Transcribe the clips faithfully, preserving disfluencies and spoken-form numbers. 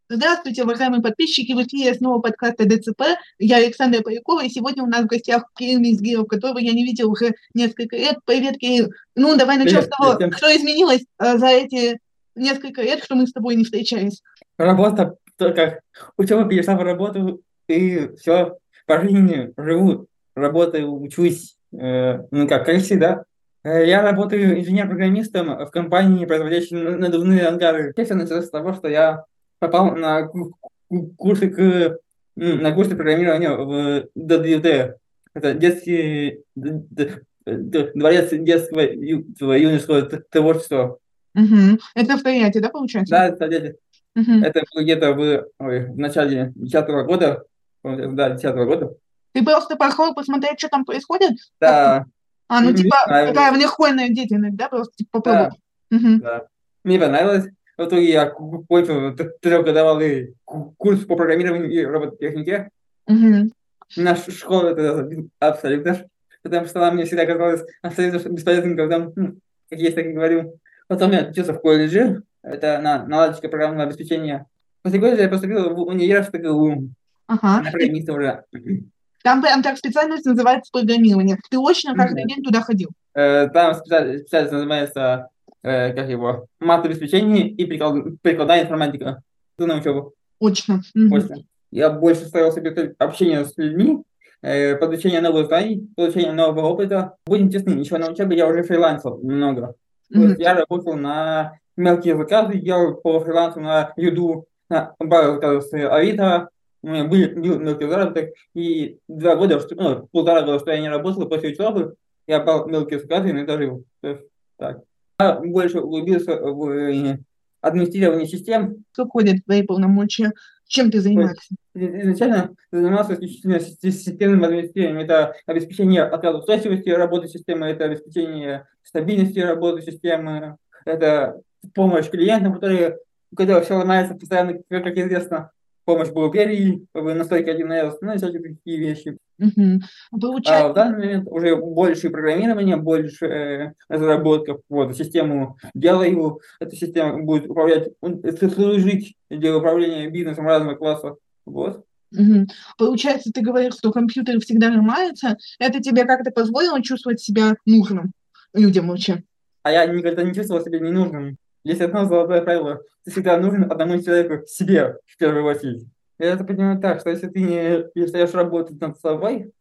Здравствуйте, уважаемые подписчики! В эфире снова подкаст ДЦП. Я Александра Полякова, и сегодня у нас в гостях Кирилл Мизгиров, которого я не видел уже несколько лет. Привет, Кирилл! Ну, давай начнем с Привет, привет того, всем. что изменилось э, за эти несколько лет, что мы с тобой не встречались. Работа, только учеба перешла в работу, и все, по жизни живу, работаю, учусь, э, ну как, как всегда. Э, Я работаю инженер-программистом в компании, производящей н- надувные ангары. Все началось с того, что я попал на ку- ку- курсы, к, м, на курсы программирования в д д ю т. Это детский д- д- д- дворец детского ю- юношеского т- творчества. Мгм. Это в Тольятти, да, получается? Да, это Мгм. Это было где-то в, ой, в начале десятого года, по-моему, да, десятого года. Ты просто пошел посмотреть, что там происходит? Как ты? Да, А, ну м- мне типа такая понравилось. внеходная деятельность, да, просто типа попробовать. Да, Мгм. да. Мне понравилось. В итоге я ку- кончил т- трехгодовалый ку- курс по программированию и робототехнике. Мгм. Наша школа это абсолютно, потому что она мне всегда казалась абсолютно бесполезной, когда, ну, как есть, так и говорю. Потом я учился в колледже, это на наладчика программного обеспечения. После колледжа я поступил в универ в ТГУ, Ага. на И программиста уже. там прям так специальность называется программирование. Ты очно каждый Мгм. день туда ходил? Э, Там специаль- специальность называется, э, как его, мат-обеспечение и приклад- прикладная информатика. Ты на учебу Очно. Мгм. после. Я больше старался себе общение с людьми, э, получение новых знаний, получение нового опыта. Будем честны, еще на учебе я уже фрилансил много. То Мгм. есть я работал на мелкие заказы, делал по фрилансу на Юду, на базу заказов с Авито. У меня были, был мелкий заработок, и два года, что- ну, полтора года, что я не работал после учебы, я брал мелкие заказы и иногда жил. То есть, так. Я больше углубился в э, администрирование систем. Что входит в твои полномочия? Чем ты То есть занимаешься? изначально занимался исключительно си- си- системным администрированием. Это обеспечение отказоустойчивости работы системы, это обеспечение стабильности работы системы, это помощь клиентам, которые, у которых все ломается постоянно, как как известно, помощь бухгалтерии, в настройке один эс, ну и всякие такие вещи. Мгм. А в Получается, данный момент уже больше программирования, больше э, разработка. Вот, систему делаю. Эта система будет управлять, м, служить для управления бизнесом разных классов. Вот. мгм. Получается, ты говоришь, что компьютер всегда ломается. Это тебе как-то позволило чувствовать себя нужным людям вообще? А я никогда не чувствовал себя ненужным. Есть одно золотое правило. Ты всегда нужен одному человеку, себе, в первую очередь. Я это понимаю так, что если ты не перестаешь работать над собой,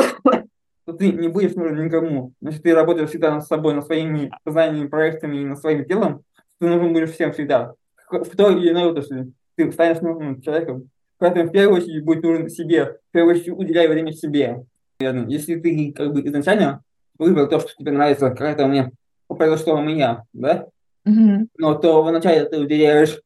то ты не будешь нужен никому. Если ты работаешь всегда над собой, над своими знаниями, проектами и над своим делом, ты нужен будешь всем всегда. В в той или иной отрасли ты станешь нужным человеком. Поэтому в первую очередь будь нужен себе. В первую очередь уделяй время себе. Наверное. Если ты как бы изначально выбрал то, что тебе нравится, как это у меня произошло у меня, да? Мгм. Но то вначале ты уделяешь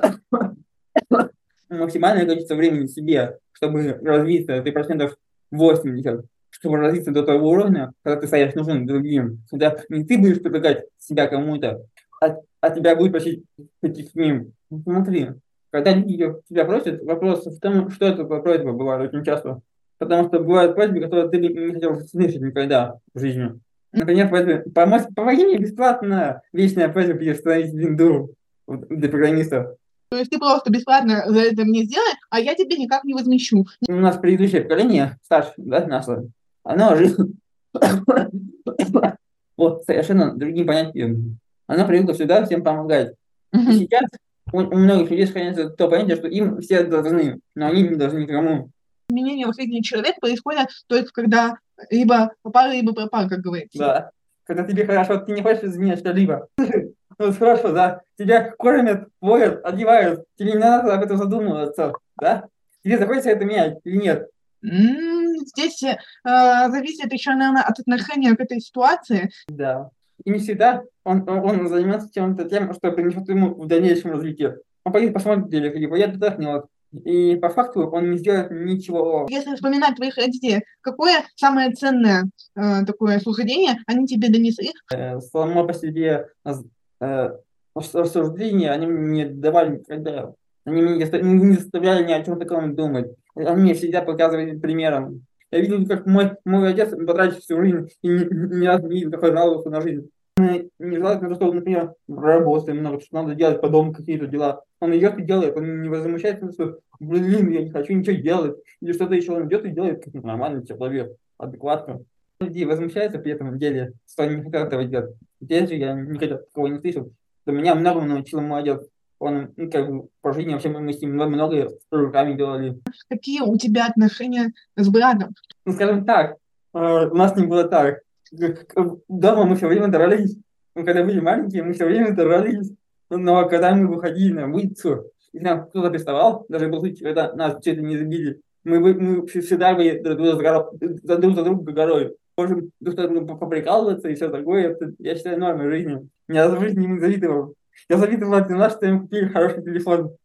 максимальное количество времени себе, чтобы развиться, ты процентов восемьдесят, чтобы развиться до того уровня, когда ты станешь нужен другим. Когда не ты будешь предлагать себя кому-то, а, а тебя будет просить пойти к ним. Ну, смотри, когда люди тебя просят, вопрос в том, что это за просьба бывает очень часто. Потому что бывают просьбы, которые ты бы не хотел слышать никогда в жизни. Например, просьба «помочь, помоги мне бесплатно», вечная просьба перестановить винду вот, для программистов. То есть ты просто бесплатно за это мне сделай, а я тебе никак не возмещу. У нас предыдущее поколение, старше, да, наше, оно жило вот совершенно другим понятием. Оно привыкло всегда всем помогать. И Мгм. сейчас у, у многих людей сохраняется то понятие, что им все должны, но они не должны никому. Изменение в жизни человека происходит только когда либо попал, либо пропал, как говорится. Да. Когда тебе хорошо, ты не хочешь изменять что-либо. Ну, хорошо, да. Тебя кормят, поят, одевают. Тебе не надо об этом задумываться, да? Тебе захочется это менять или нет? М, Здесь э, зависит еще, наверное, от отношения к этой ситуации. Да. И не всегда он, он, он занимается чем-то тем, что принесет ему в дальнейшем развитие. Он пойдет посмотрит телек, или поедет отдохнет. И по факту он не сделает ничего. Если вспоминать твоих родителей, какое самое ценное э, такое суждение они тебе донесли? Э, Само по себе э, рассуждения, они мне не давали никогда. Они меня не заста- не заставляли ни о чем таком думать. Они мне всегда показывали примером. Я видел, как мой, мой отец потратил всю жизнь и ни, ни разу не видел, как он жаловался на жизнь. Не желательно, что, например, работаем много, что надо делать по дому какие-то дела. Он идет и делает, он не возмущается, что, блин, я не хочу ничего делать. Или что-то еще он идет и делает как нормальный человек, адекватно. Люди возмущаются при этом деле, что они не хотят этого делать. Здесь же я никогда такого не слышал. Что меня многому научил молодец. Он, ну, как бы, по жизни вообще мы с ним много руками делали. Какие у тебя отношения с братом? Ну, скажем так, э, у нас не было так. Дома мы все время дрались. Ну, когда были маленькие, мы все время дрались. Но когда мы выходили на улицу, и нам кто-то приставал, даже был случай, когда нас чуть ли не забили, мы, вы- мы всегда были друг за друга за друг за друга горой. Можем друг за другом поприкалываться и все такое. Это, я считаю, нормой жизни. Я в жизни не завидовал. Я завидовал от нас, что им купили хороший телефон.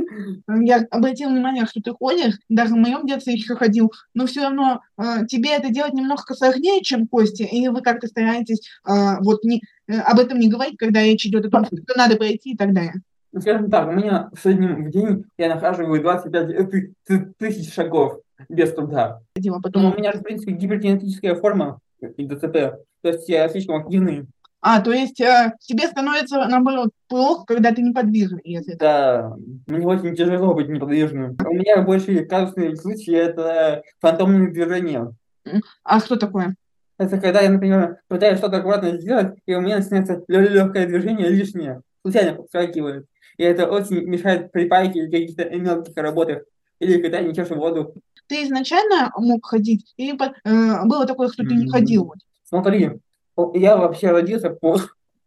Я обратила внимание, что ты ходишь, даже в моем детстве еще ходил, но все равно э, тебе это делать немножко сложнее, чем Костя, или вы как-то стараетесь э, вот не, э, об этом не говорить, когда речь идет о том, что надо пройти и так далее. Ну, скажем так, у меня в среднем в день я нахаживаю двадцать пять ты- ты- тысяч шагов без труда. Дело Ну, потом. у меня же, в принципе, гипергенетическая форма и ДЦП. То есть я слишком активный. А, то есть э, тебе становится, наоборот, плохо, когда ты неподвижный, если это. Да, мне очень тяжело быть неподвижным. У меня больше казусные случаи — это фантомные движения. М, А что такое? Это когда я, например, пытаюсь что-то аккуратно сделать, и у меня начинается легкое движение лишнее, случайно подскакивает. И это очень мешает при пайке или каких-то мелких работах, или когда не чешу воду. Ты изначально мог ходить, или по- э, было такое, что ты не ходил? М, Смотри, о- я вообще родился по-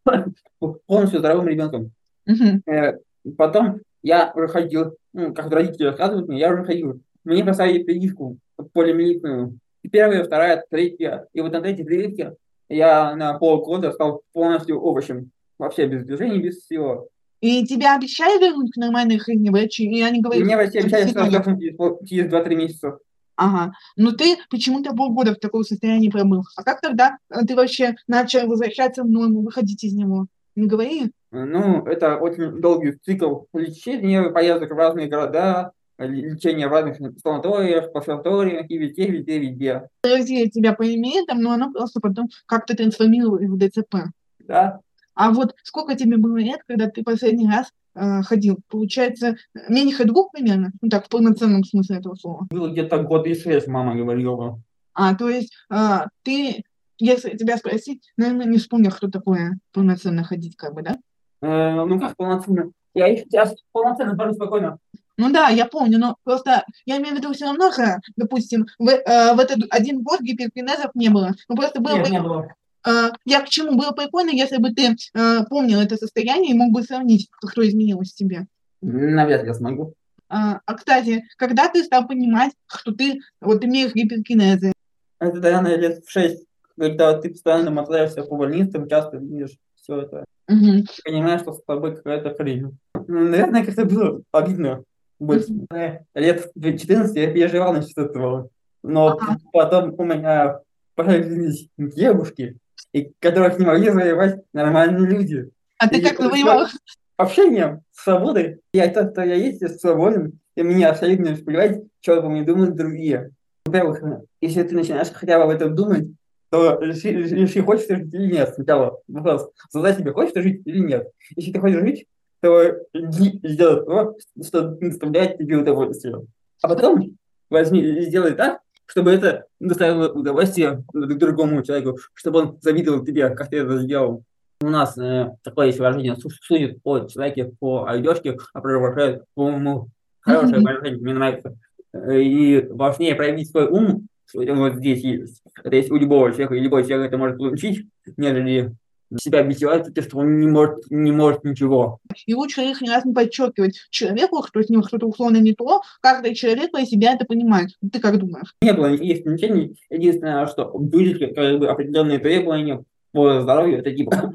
полностью здоровым ребенком. Мгм. Э, Потом я уже ходил, ну, как родители рассказывают мне, я уже ходил. Мне поставили прививку полиомиелитную. И первая, вторая, третья. И вот на третьей прививке я на полгода стал полностью овощем. Вообще без движений, без всего. И тебя обещали вернуть к нормальной жизни врачи, и они И говорят, мне что врачи это обещали, что действительно. сдохну через, пол- через два-три месяца. Ага. Но ты почему-то полгода в таком состоянии пробыл. А как тогда э, ты вообще начал возвращаться в норму, выходить из него? Не говори. Ну, это очень долгий цикл лечения, поездок в разные города, л- лечение в разных санаториях, консерваториях и везде, везде, везде. Заразили тебя по имейтам, но оно просто потом как-то трансформировалось в ДЦП. Да. А вот сколько тебе было лет, когда ты последний раз э, ходил? Получается, э, меньше двух примерно? Ну так, в полноценном смысле этого слова. Было где-то год и шесть, мама говорила. А, то есть э, ты, если тебя спросить, наверное, не вспомнил, что такое полноценно ходить, как бы, да? Э, ну как полноценно? Я их сейчас полноценно хожу спокойно. Ну да, я помню, но просто я имею в виду все равно же, допустим, в, э, в этот один год гиперкинезов не было. Ну просто было Нет, бы, не было. э, я к чему, было прикольно, если бы ты э, помнил это состояние и мог бы сравнить, что изменилось в тебе. Навряд ли я смогу. А, а, кстати, когда ты стал понимать, что ты вот имеешь гиперкинезы? Это, наверное, лет в шесть, когда ты постоянно мотаешься по больницам, часто видишь все это. Мгм. Ты понимаешь, что с тобой какая-то хрень. Ну, наверное, как-то было обидно больше. Мгм. Э, Лет в четырнадцать я переживал насчет этого. Но п- Ага. потом у меня появились девушки, и которых не могли завоевать нормальные люди. А ты И как вот завоевал? это общением, свободой. Я тот, кто я есть, я свободен, и мне абсолютно плевать, что обо мне думают другие. Во-первых, э, если ты начинаешь хотя бы об этом думать, то реши, реши, хочешь ты жить или нет. Сначала вопрос, задай себе, хочешь ты жить или нет. Если ты хочешь жить, то иди и сделай то, что доставляет тебе удовольствие. А потом возьми и сделай так, чтобы это доставило удовольствие друг другому человеку, чтобы он завидовал тебе, как ты это сделал. У нас э, такое есть выражение: «Су- судят о человеке по одежке, а провожают по уму». Хорошее Мгм. выражение, мне нравится. Э, И важнее проявить свой ум, что это вот здесь есть. Это есть у любого человека, и любой человек это может получить, нежели себя бесить, потому что он не может, не может ничего. И лучше лишний раз не подчеркивать человеку, что с ним что-то условно не то, каждый человек про себя это понимает. Ты как думаешь? Не было никаких исключений. Единственное, что были как бы определенные требования по здоровью, это типа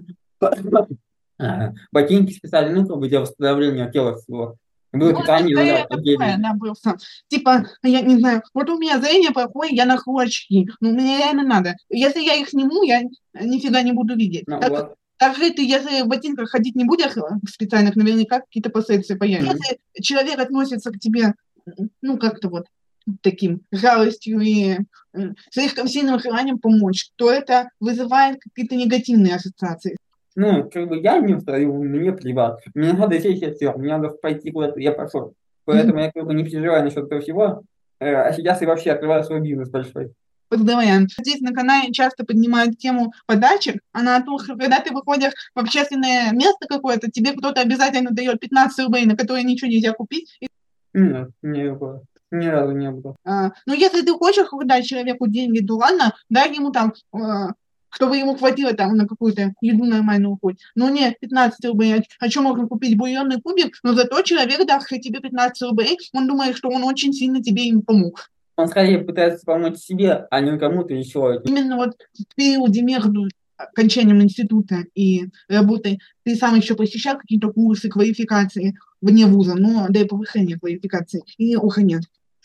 а, ботинки специальные, ну, как бы для восстановления тела всего. Было Ну, это питание, надо скорее такое, отдельно. да, просто. Типа, я не знаю, вот у меня зрение плохое, я ношу очки. Ну, мне реально надо. Если я их сниму, я нифига не буду видеть. Ну, Так, вот. так же ты, если в ботинках ходить не будешь э, специальных, наверняка какие-то последствия появятся. Мгм. Если человек относится к тебе, м, ну, как-то вот, таким жалостью и э, слишком сильным желанием помочь, то это вызывает какие-то негативные ассоциации. Ну, как бы я не устаю, мне плевать. Мне надо сесть и все, мне надо пойти куда-то, я пошел. Поэтому я как бы не переживаю насчет этого всего. Э, А сейчас я вообще открываю свой бизнес большой. Поздравляем. Здесь на канале часто поднимают тему подачек. Она о том, что когда ты выходишь в общественное место какое-то, тебе кто-то обязательно дает пятнадцать рублей, на которые ничего нельзя купить. И, Нет, не было. Ни разу не было. а, ну, если ты хочешь дать человеку деньги, то ладно, дай ему там, а, чтобы ему хватило там на какую-то еду нормальную хоть. Но не пятнадцать рублей. А что можно купить? Бульонный кубик? Но зато человек, давший тебе пятнадцать рублей, он думает, что он очень сильно тебе им помог. Он скорее пытается помочь себе, а не кому-то еще. Именно вот в периоде между окончанием института и работой ты сам еще посещал какие-то курсы квалификации вне вуза, но для повышения квалификации, и уже нет.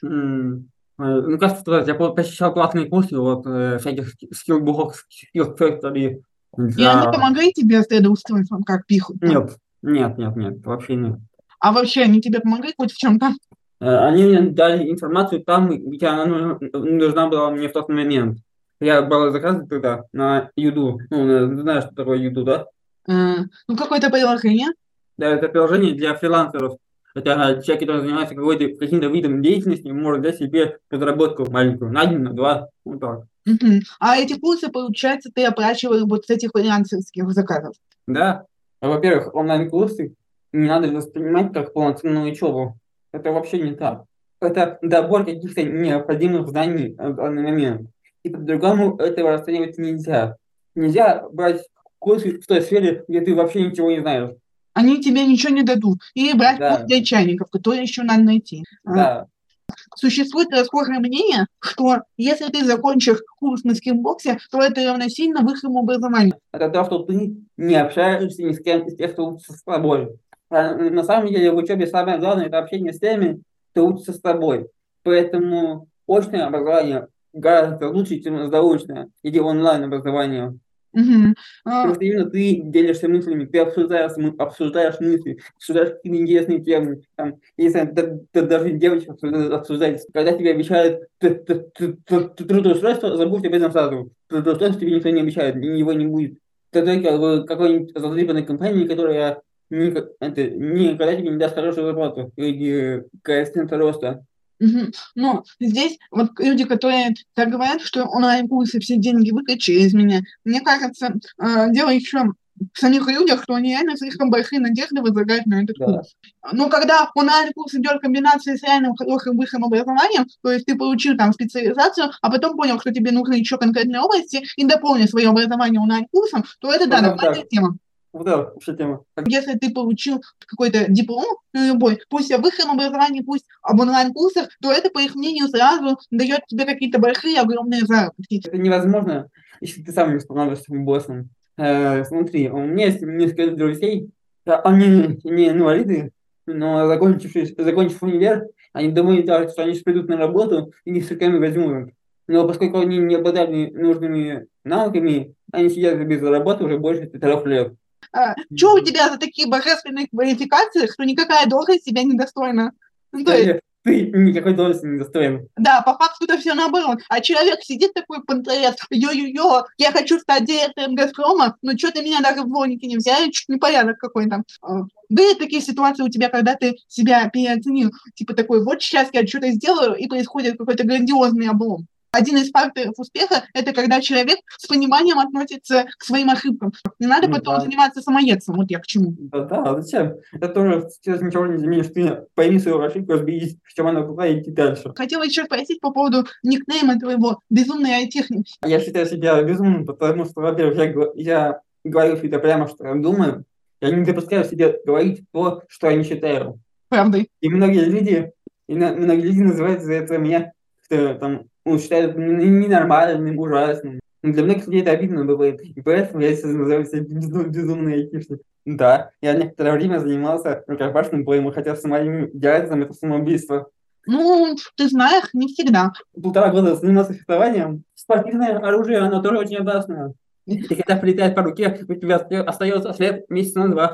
М, э, Ну, как сказать, я по- посещал классные курсы, вот, э, всяких скиллбуков, Skills Factory И они для... помогли тебе с трудоустройством, как пишут там? Нет, нет, нет, нет, вообще нет. А вообще они тебе помогли хоть в чем-то? Э, Они мне дали информацию там, где она нужна, нужна была мне в тот момент. Я брал заказы тогда на Юду. Ну, на- знаешь, что такое Юду, да? Э, ну, какое-то приложение. Да, это приложение для фрилансеров. Это человек, который занимается какой-то, каким-то видом деятельности, может взять себе подработку маленькую, на день, на два, вот так. Мгм. А эти курсы, получается, ты оплачивал вот с этих фрилансерских заказов. Да. А, Во-первых, онлайн-курсы не надо воспринимать как полноценную учебу. Это вообще не так. Это добор каких-то необходимых знаний в данный момент. И по-другому этого расценивать нельзя. Нельзя брать курсы в той сфере, где ты вообще ничего не знаешь. Они тебе ничего не дадут. И брать курс Да, для чайников, которые еще надо найти. А, да. Существует расхожее мнение, что если ты закончишь курс на скиллбоксе, то это равносильно высшему образованию. Это то, что ты не общаешься ни с кем из тех, кто учится с тобой. А на самом деле в учебе самое главное – это общение с теми, кто учится с тобой. Поэтому очное образование гораздо лучше, чем заочное, или онлайн-образование. Мгм. А, Потому что именно ты делишься мыслями, ты обсуждаешь, мы- обсуждаешь мысли, обсуждаешь какие-то интересные темы. Там, если да- да- даже девочка обсуждает, обсуждает, когда тебе обещают т- т- т- т- т- трудоустройство, забудь об этом сразу. Трудоустройство тебе никто не обещает, и его не будет. Ты только в какой-нибудь задрипанной компании, которая никак- это, никогда тебе не даст хорошую зарплату или коэффициент роста. мгм. Но здесь вот люди, которые так говорят, что онлайн-курсы все деньги выкачали из меня, мне кажется, а, дело еще в самих людях, что они реально слишком большие надежды возлагают на этот Да. курс. Но когда онлайн-курс идет в комбинации с реальным хорошим высшим образованием, то есть ты получил там специализацию, а потом понял, что тебе нужны еще конкретные области, и дополнил свое образование онлайн-курсом, то это, да, Вот нормальная так. тема. Вот это вообще тема. Если ты получил какой-то диплом, ну, любой, пусть о высшем образовании, пусть об онлайн-курсах, то это, по их мнению, сразу дает тебе какие-то большие, огромные заработки. Это невозможно, если ты сам не становишься своим боссом. Э, смотри, у меня есть несколько друзей, э, они не инвалиды, но закончившись, закончив универ, они думают, да, что они придут на работу и их с руками возьмут. Но поскольку они не обладали нужными навыками, они сидят без работы уже больше трех лет. А, что у тебя за такие божественные квалификации, что никакая должность тебя не достойна? Ну, то есть, Скорее, ты никакой должности не достоин. да, по факту это все наоборот. А человек сидит такой понтовец, ё-ё-ё, я хочу стать директором Газпрома, но что-то меня даже в дворники не взяли, чуть непорядок какой-то. А, Были такие ситуации у тебя, когда ты себя переоценил, типа такой, вот сейчас я что-то сделаю, и происходит какой-то грандиозный облом. Один из факторов успеха – это когда человек с пониманием относится к своим ошибкам. Не надо Ну потом да. заниматься самоедством, вот я к чему. Да, да, зачем? Это тоже сейчас ничего не изменишь. Ты пойми свою ошибку, разберись, в чем она была, и иди дальше. Хотела еще спросить по поводу никнейма твоего «Безумный айтишник». Я считаю себя безумным, потому что, во-первых, я, гла- я говорю всегда прямо, что я думаю. Я не допускаю себе говорить то, что я не считаю. Правдой. И многие люди, и на- многие люди называют за это меня, что, там, ну, считают н- ненормальным, ужасным. Но для многих людей это обидно бывает. И поэтому я сейчас называю себя безу- безумный айтишник. Да, я некоторое время занимался рукопашным боем, и хотя с моим диагнозом это самоубийство. Ну, ты знаешь, не всегда. Полтора года занимался фехтованием. Спортивное оружие, оно тоже очень опасное. И когда прилетает по руке, у тебя оста- остается след месяца на два.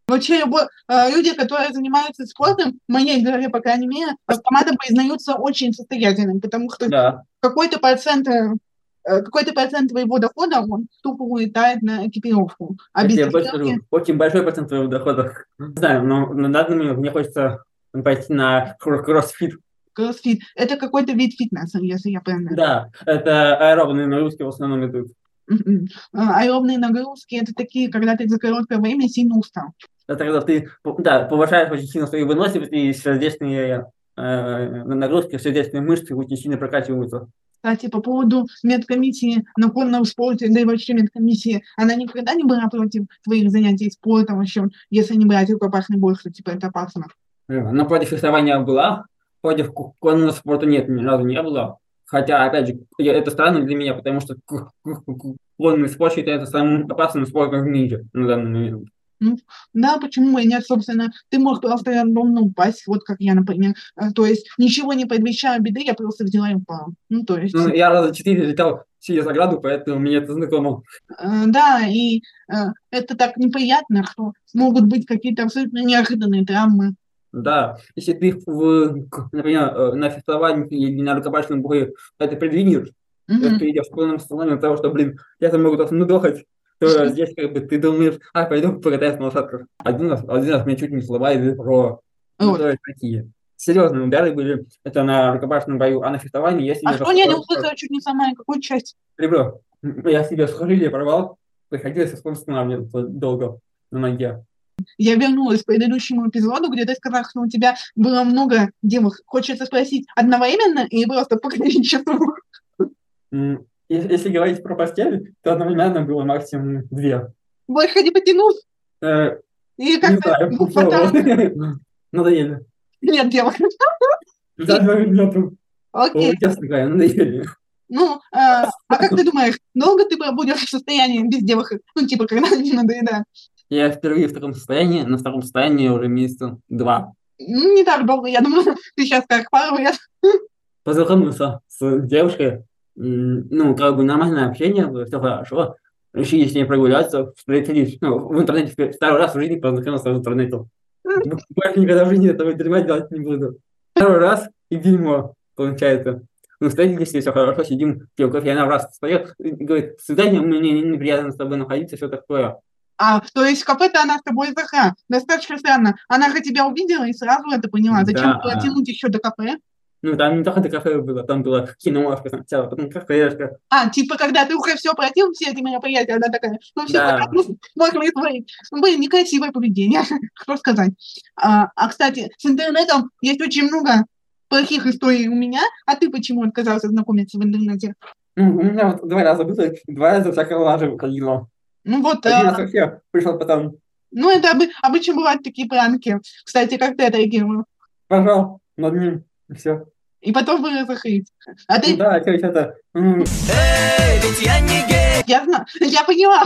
Вообще, любо- э, люди, которые занимаются спортом, в моей голове, по крайней мере, автоматом признаются очень состоятельными, потому что Да, какой-то процент, э, э, какой-то процент твоего дохода, он тупо улетает на экипировку. А я без тебе больше экипировки скажу, очень большой процент твоего дохода. Не знаю, но на данный момент мне хочется пойти на кро- кроссфит. кроссфит — это какой-то вид фитнеса, если я правильно. Да, это аэробные нагрузки в основном идут. Мгм. А, Аэробные нагрузки — это такие, когда ты за короткое время сильно устал. Это когда ты, да, повышаешь очень сильно свою выносливость, и сердечные э, нагрузки, сердечные мышцы очень сильно прокачиваются. Кстати, по поводу медкомиссии на конном спорте, да и вообще медкомиссии, она никогда не была против твоих занятий спортом вообще, если не брать рукопашный бой, что типа это опасно. Э, Но против фехтования была, против ку- конного спорта нет, ни разу не было. Хотя, опять же, я- это странно для меня, потому что ку- ку- ку- конный спорт считается самым опасным спортом в мире на данный момент. Ну, да, почему и нет, собственно, ты мог просто рандомно упасть, вот как я, например. Э, То есть ничего не предвещая беды, я просто взяла и упала. Ну, то есть, Ну, я раза четыре летал, сидя за ограду, поэтому мне это знакомо. э, да, и э, это так неприятно, что могут быть какие-то абсолютно неожиданные травмы. Да, если ты, в, к- например, э, на фехтовании или на рукопашном бою это предвидишь, если Мгм. ты идешь в полном состоянии того, что, блин, я там могу тут надохать, то здесь как бы ты думаешь, а, пойду покатаюсь на лошадках. Один раз, один раз меня чуть не сломали про, ну, Вот. то есть такие серьезные удары были, это на рукопашном бою, а на фехтовании я А себе что, я не такое услышала чуть не самая какую часть? ребро, я себе сухожилие порвал, приходилось восстанавливаться долго на ноге. Я вернулась к предыдущему эпизоду, где ты сказал, что у тебя было много девок. Хочется спросить, одновременно или просто по количеству? М, Если, если говорить про постель, то одновременно было максимум две. Больше не потянул? Э, Или не как-то знаю, не пробовал. хватает? Надоели. Нет девок. За два минуты. Окей. Ой, честно говоря, надоели. Ну, а, а как ты думаешь, долго ты будешь в состоянии без девок? Ну, типа, когда не надоедает? Я впервые в таком состоянии, на втором состоянии уже месяца два. Ну, не так долго, я думаю, ты сейчас как пару лет. Познакомился с девушкой, м, ну, как бы нормальное общение, было, все хорошо. Решили с ней прогуляться, встретились, ну, в интернете, впер- второй раз в жизни познакомился в интернете. Больше никогда в жизни этого дерьма делать не буду. Второй раз и дерьмо, получается. Мы встретились, все хорошо, сидим, пьем кофе, и она раз встает и говорит, свидание, мне не- неприятно с тобой находиться, все такое. А, то есть в кафе-то она с тобой зашла. Достаточно странно. Она же тебя увидела и сразу это поняла. Зачем было Да, тянуть еще до кафе? ну там не только до кафе было, там было киношка сначала, потом кафешка. А, типа, когда ты уже все платил, все эти мероприятия, она такая, ну все, Да, понятно, можно и творить. Ну, блин, некрасивое поведение, что сказать. А, а, кстати, с интернетом есть очень много плохих историй у меня, а ты почему отказался знакомиться в интернете? ну, у меня вот два раза было, два раза всякого лажа выходило. Ну вот, Один а, раз вообще пришел потом, ну это обы- обычно бывают такие пранки. Кстати, как ты отреагировал? пожал над ним, и все. И потом вы разошлись. А Ну ты, да, что это, м, Эй, ведь я не гей. я знаю, я поняла.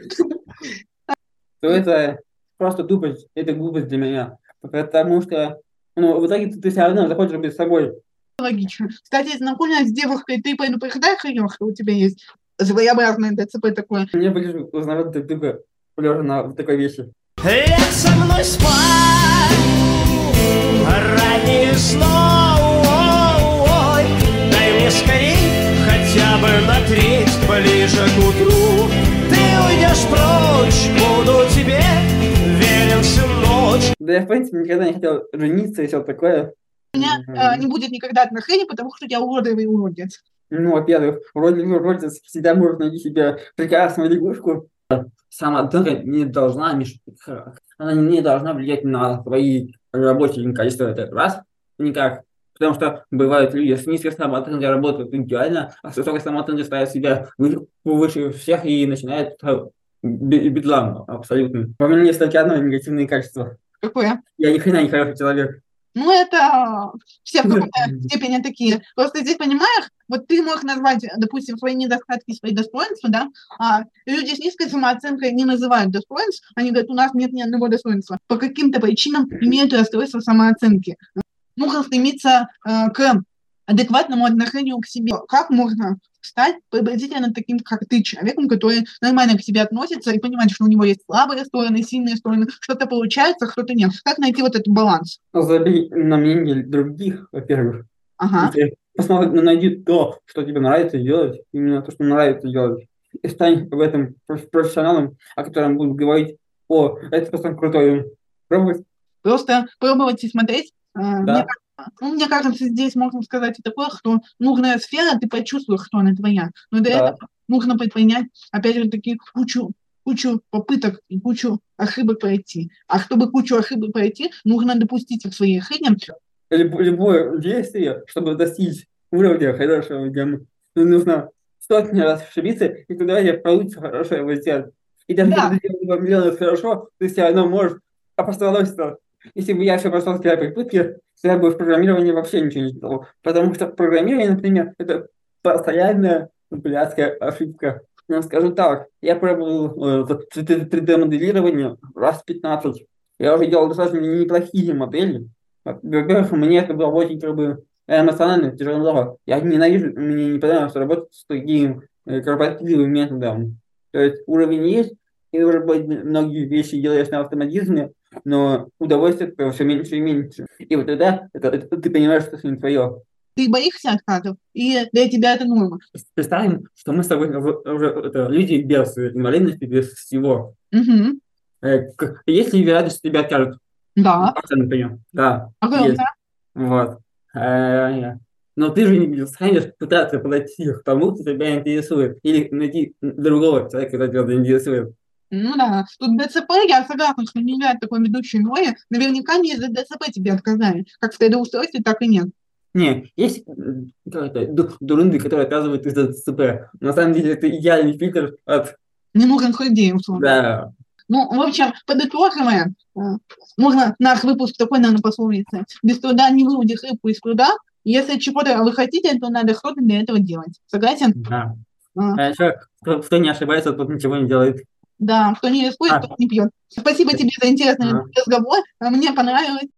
то это просто тупость, это глупость для меня. Потому что, ну, в итоге ты, ты все равно заходишь без собой. Логично. Кстати, знакомясь с девушкой, ты предупреждаешь ее, что у тебя есть своеобразное ДЦП такое? Мне ближе узнавать друг друга, лежа на вот такой вещи. Ляг со мной спать. Ранее снова. Дай мне скорей хотя бы на треть ближе к утру. Ты уйдешь прочь, буду тебе верен всю ночь. Да я, в принципе, никогда не хотел жениться и все такое. У меня э, не будет никогда отношений, потому что я уродливый уродец. Ну, во-первых, вроде уродец всегда может найти себе прекрасную лягушку. Самооценка не должна мешать, она не должна влиять на твои рабочие качества. Это раз, никак. Потому что бывают люди с низкой самооценкой работают идеально, а с высокой самооценкой ставят себя вы- выше всех и начинают э, бе- бедлам абсолютно. Во мне есть только одно негативное качество. Какое? Я ни хрена не хороший человек. Ну, это все в какой-то степени такие. Просто здесь, понимаешь, вот ты мог назвать, допустим, свои недостатки, свои достоинства, да, а люди с низкой самооценкой не называют достоинств, они говорят, у нас нет ни одного достоинства. По каким-то причинам имеют расстройство самооценки. Нужно стремиться э, к адекватному отношению к себе. Как можно стать приблизительно таким, как ты, человеком, который нормально к себе относится и понимает, что у него есть слабые стороны, сильные стороны, что-то получается, что-то нет. Как найти вот этот баланс? Забей на мнение других, во-первых. Ага. Если посмотри, ну, найди то, что тебе нравится делать, именно то, что нравится делать, и стань в этом проф- профессионалом, о котором будут говорить: о, это просто крутой. Пробовать, Просто пробовать и смотреть. А, Мне, да, ка- ну, мне кажется, здесь можно сказать и такое, что нужная сфера, ты почувствуешь, что она твоя. Но для этого да. нужно предпринять, опять же таки, кучу, кучу попыток и кучу ошибок пройти. А чтобы кучу ошибок пройти, нужно допустить их своей жизни. Люб- любое действие, чтобы достичь уровня хорошего, где м- ну, нужно сотни раз ошибиться, и тогда тебе получится хорошо его сделать. И даже если Да, ты делаешь делаешь хорошо, ты все равно можешь опостоловиться. Если бы я все прошел с первой попытки, то я бы в программировании вообще ничего не делал. Потому что программирование, например, это постоянная блядская ошибка. Но скажу так, я пробовал э, три дэ-моделирование раз пятнадцать. Я уже делал достаточно неплохие модели. Во-первых, мне это было очень как бы эмоционально тяжело. Я ненавижу, мне не понравилось работать с таким э, корпоративным методом. То есть уровень есть, и уже многие вещи делаешь на автоматизме, но удовольствие от все меньше и меньше. И вот тогда это, это ты понимаешь, что это не твое. ты боишься отказов, и для тебя это норма. Представим, что мы с тобой уже, уже это, люди без инвалидности, без всего. Мгм. Э, к- есть ли вероятность, что тебя откажут? Да, Процент, например. Да, есть. огромное. Вот. Э, Но ты же не станешь пытаться подойти к тому, кто тебя интересует, или найти другого человека, который тебя заинтересует. Ну да, тут ДЦП, я согласна, что не является такой ведущей роли. Наверняка не из-за ДЦП тебе отказали. Как в трудоустройстве, так и нет. Не, есть м, какая-то ду- дурынды, которые оказывают из-за ЦП. На самом деле это идеальный фильтр от... Не нужен людей, условно. Да. Ну, в общем, подытоживая, э, можно наш выпуск такой, наверное, пословицы. Без труда не выудишь рыбку из пруда. Если чего-то вы хотите, то надо что-то для этого делать. Согласен? Да. А, А еще, кто, кто не ошибается, тот ничего не делает. Да, кто не рискует, А, тот не пьет. Спасибо тебе за интересный ага. разговор. А Мне понравилось.